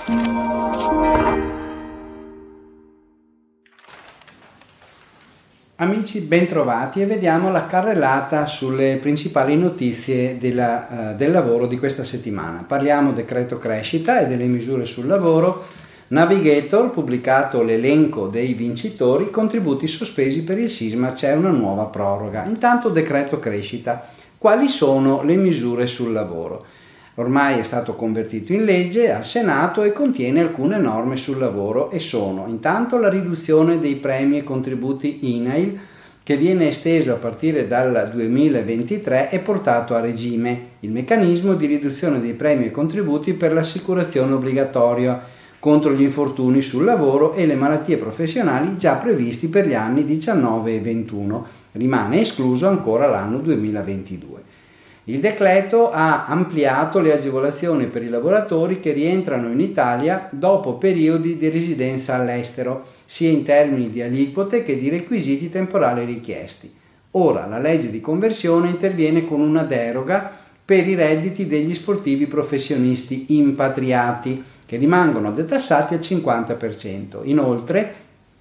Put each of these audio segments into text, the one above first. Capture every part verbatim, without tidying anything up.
Amici, bentrovati e vediamo la carrellata sulle principali notizie della, uh, del lavoro di questa settimana. Parliamo decreto crescita e delle misure sul lavoro. Navigator, pubblicato l'elenco dei vincitori, contributi sospesi per il sisma, c'è una nuova proroga. Intanto decreto crescita, quali sono le misure sul lavoro? Ormai è stato convertito in legge al Senato e contiene alcune norme sul lavoro e sono intanto la riduzione dei premi e contributi I N A I L che viene esteso a partire dal duemilaventitré e portato a regime, il meccanismo di riduzione dei premi e contributi per l'assicurazione obbligatoria contro gli infortuni sul lavoro e le malattie professionali già previsti per gli anni diciannove e ventuno, rimane escluso ancora l'anno duemilaventidue. Il decreto ha ampliato le agevolazioni per i lavoratori che rientrano in Italia dopo periodi di residenza all'estero, sia in termini di aliquote che di requisiti temporali richiesti. Ora la legge di conversione interviene con una deroga per i redditi degli sportivi professionisti impatriati, che rimangono detassati al cinquanta per cento. Inoltre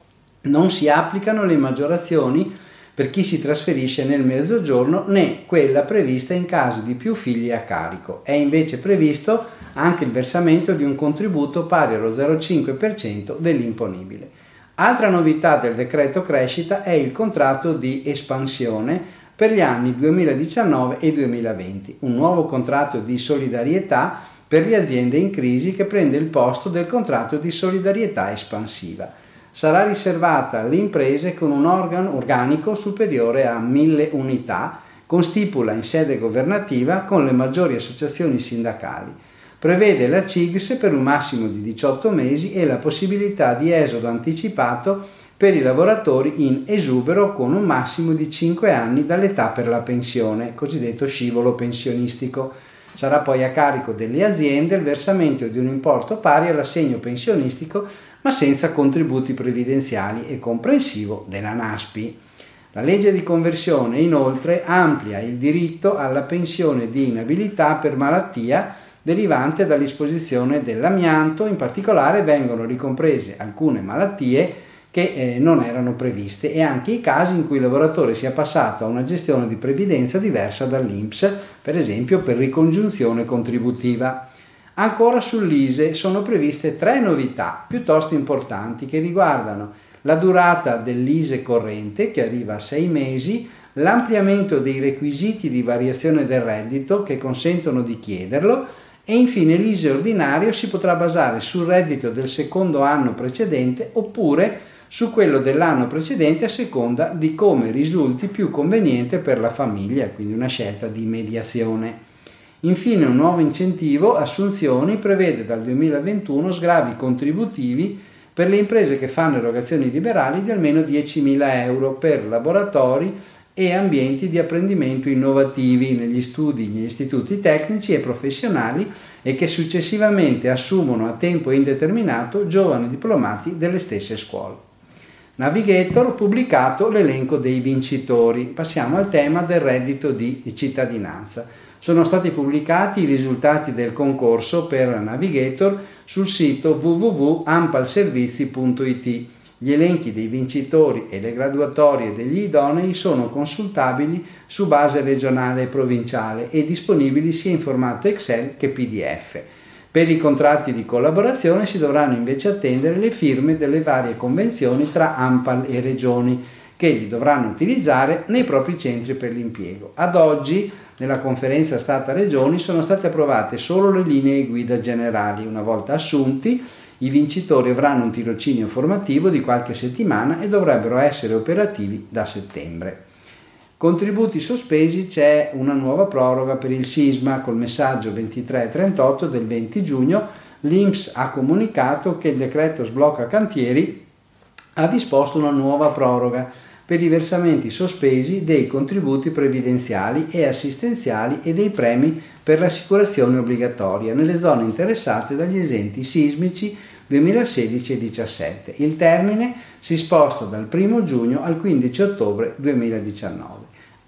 non si applicano le maggiorazioni per chi si trasferisce nel Mezzogiorno né quella prevista in caso di più figli a carico. È invece previsto anche il versamento di un contributo pari allo zero virgola cinque per cento dell'imponibile. Altra novità del decreto crescita è il contratto di espansione per gli anni duemiladiciannove e duemilaventi, un nuovo contratto di solidarietà per le aziende in crisi che prende il posto del contratto di solidarietà espansiva. Sarà riservata alle imprese con un organo organico superiore a mille unità, con stipula in sede governativa con le maggiori associazioni sindacali. Prevede la C I G S per un massimo di diciotto mesi e la possibilità di esodo anticipato per i lavoratori in esubero con un massimo di cinque anni dall'età per la pensione, cosiddetto scivolo pensionistico. Sarà poi a carico delle aziende il versamento di un importo pari all'assegno pensionistico ma senza contributi previdenziali e comprensivo della NASPI. La legge di conversione inoltre amplia il diritto alla pensione di inabilità per malattia derivante dall'esposizione dell'amianto, in particolare vengono ricomprese alcune malattie che eh, non erano previste e anche i casi in cui il lavoratore sia passato a una gestione di previdenza diversa dall'I N P S, per esempio per ricongiunzione contributiva. Ancora sull'I S E sono previste tre novità piuttosto importanti che riguardano la durata dell'I S E corrente, che arriva a sei mesi, l'ampliamento dei requisiti di variazione del reddito che consentono di chiederlo e infine l'I S E ordinario si potrà basare sul reddito del secondo anno precedente oppure su quello dell'anno precedente a seconda di come risulti più conveniente per la famiglia, quindi una scelta di mediazione. Infine un nuovo incentivo assunzioni prevede dal duemilaventuno sgravi contributivi per le imprese che fanno erogazioni liberali di almeno diecimila euro per laboratori e ambienti di apprendimento innovativi negli studi, negli istituti tecnici e professionali e che successivamente assumono a tempo indeterminato giovani diplomati delle stesse scuole. Navigator, pubblicato l'elenco dei vincitori. Passiamo al tema del reddito di cittadinanza. Sono stati pubblicati i risultati del concorso per Navigator sul sito w w w punto ampalservizi punto i t. Gli elenchi dei vincitori e le graduatorie degli idonei sono consultabili su base regionale e provinciale e disponibili sia in formato Excel che P D F. Per i contratti di collaborazione si dovranno invece attendere le firme delle varie convenzioni tra ANPAL e regioni, che li dovranno utilizzare nei propri centri per l'impiego. Ad oggi, nella conferenza Stato-Regioni sono state approvate solo le linee guida generali. Una volta assunti, i vincitori avranno un tirocinio formativo di qualche settimana e dovrebbero essere operativi da settembre. Contributi sospesi, c'è una nuova proroga per il sisma col messaggio ventitré trentotto del venti giugno. L'I N P S ha comunicato che il decreto sblocca cantieri ha disposto una nuova proroga per i versamenti sospesi dei contributi previdenziali e assistenziali e dei premi per l'assicurazione obbligatoria nelle zone interessate dagli eventi sismici duemilasedici e duemiladiciassette. Il termine si sposta dal primo giugno al quindici ottobre duemiladiciannove.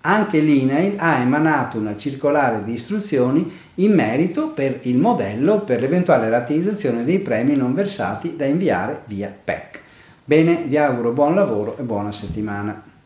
anche l'I N A I L ha emanato una circolare di istruzioni in merito per il modello per l'eventuale rateizzazione dei premi non versati da inviare via P E C. Bene, vi auguro buon lavoro e buona settimana.